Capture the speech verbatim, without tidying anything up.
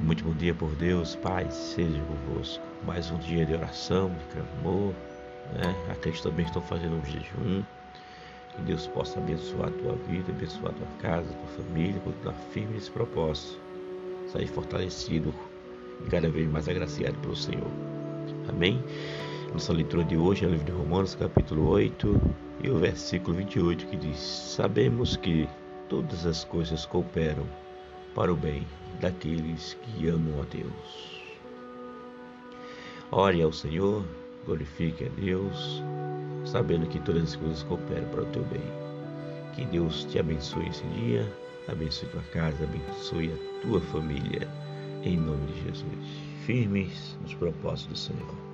Muito bom dia por Deus, Pai, seja convosco. Mais um dia de oração, de clamor, né? Aqueles também estão fazendo um jejum. Que Deus possa abençoar a tua vida, abençoar a tua casa, a tua família, continuar firme nesse propósito. Sair fortalecido e cada vez mais agraciado pelo Senhor. Amém? Nossa leitura de hoje é o livro de Romanos, capítulo oito, e o versículo vinte e oito, que diz: Sabemos que todas as coisas cooperam para o bem daqueles que amam a Deus. Ore ao Senhor, glorifique a Deus, sabendo que todas as coisas cooperam para o teu bem. Que Deus te abençoe esse dia, abençoe tua casa, abençoe a tua família, em nome de Jesus. Firmes nos propósitos do Senhor.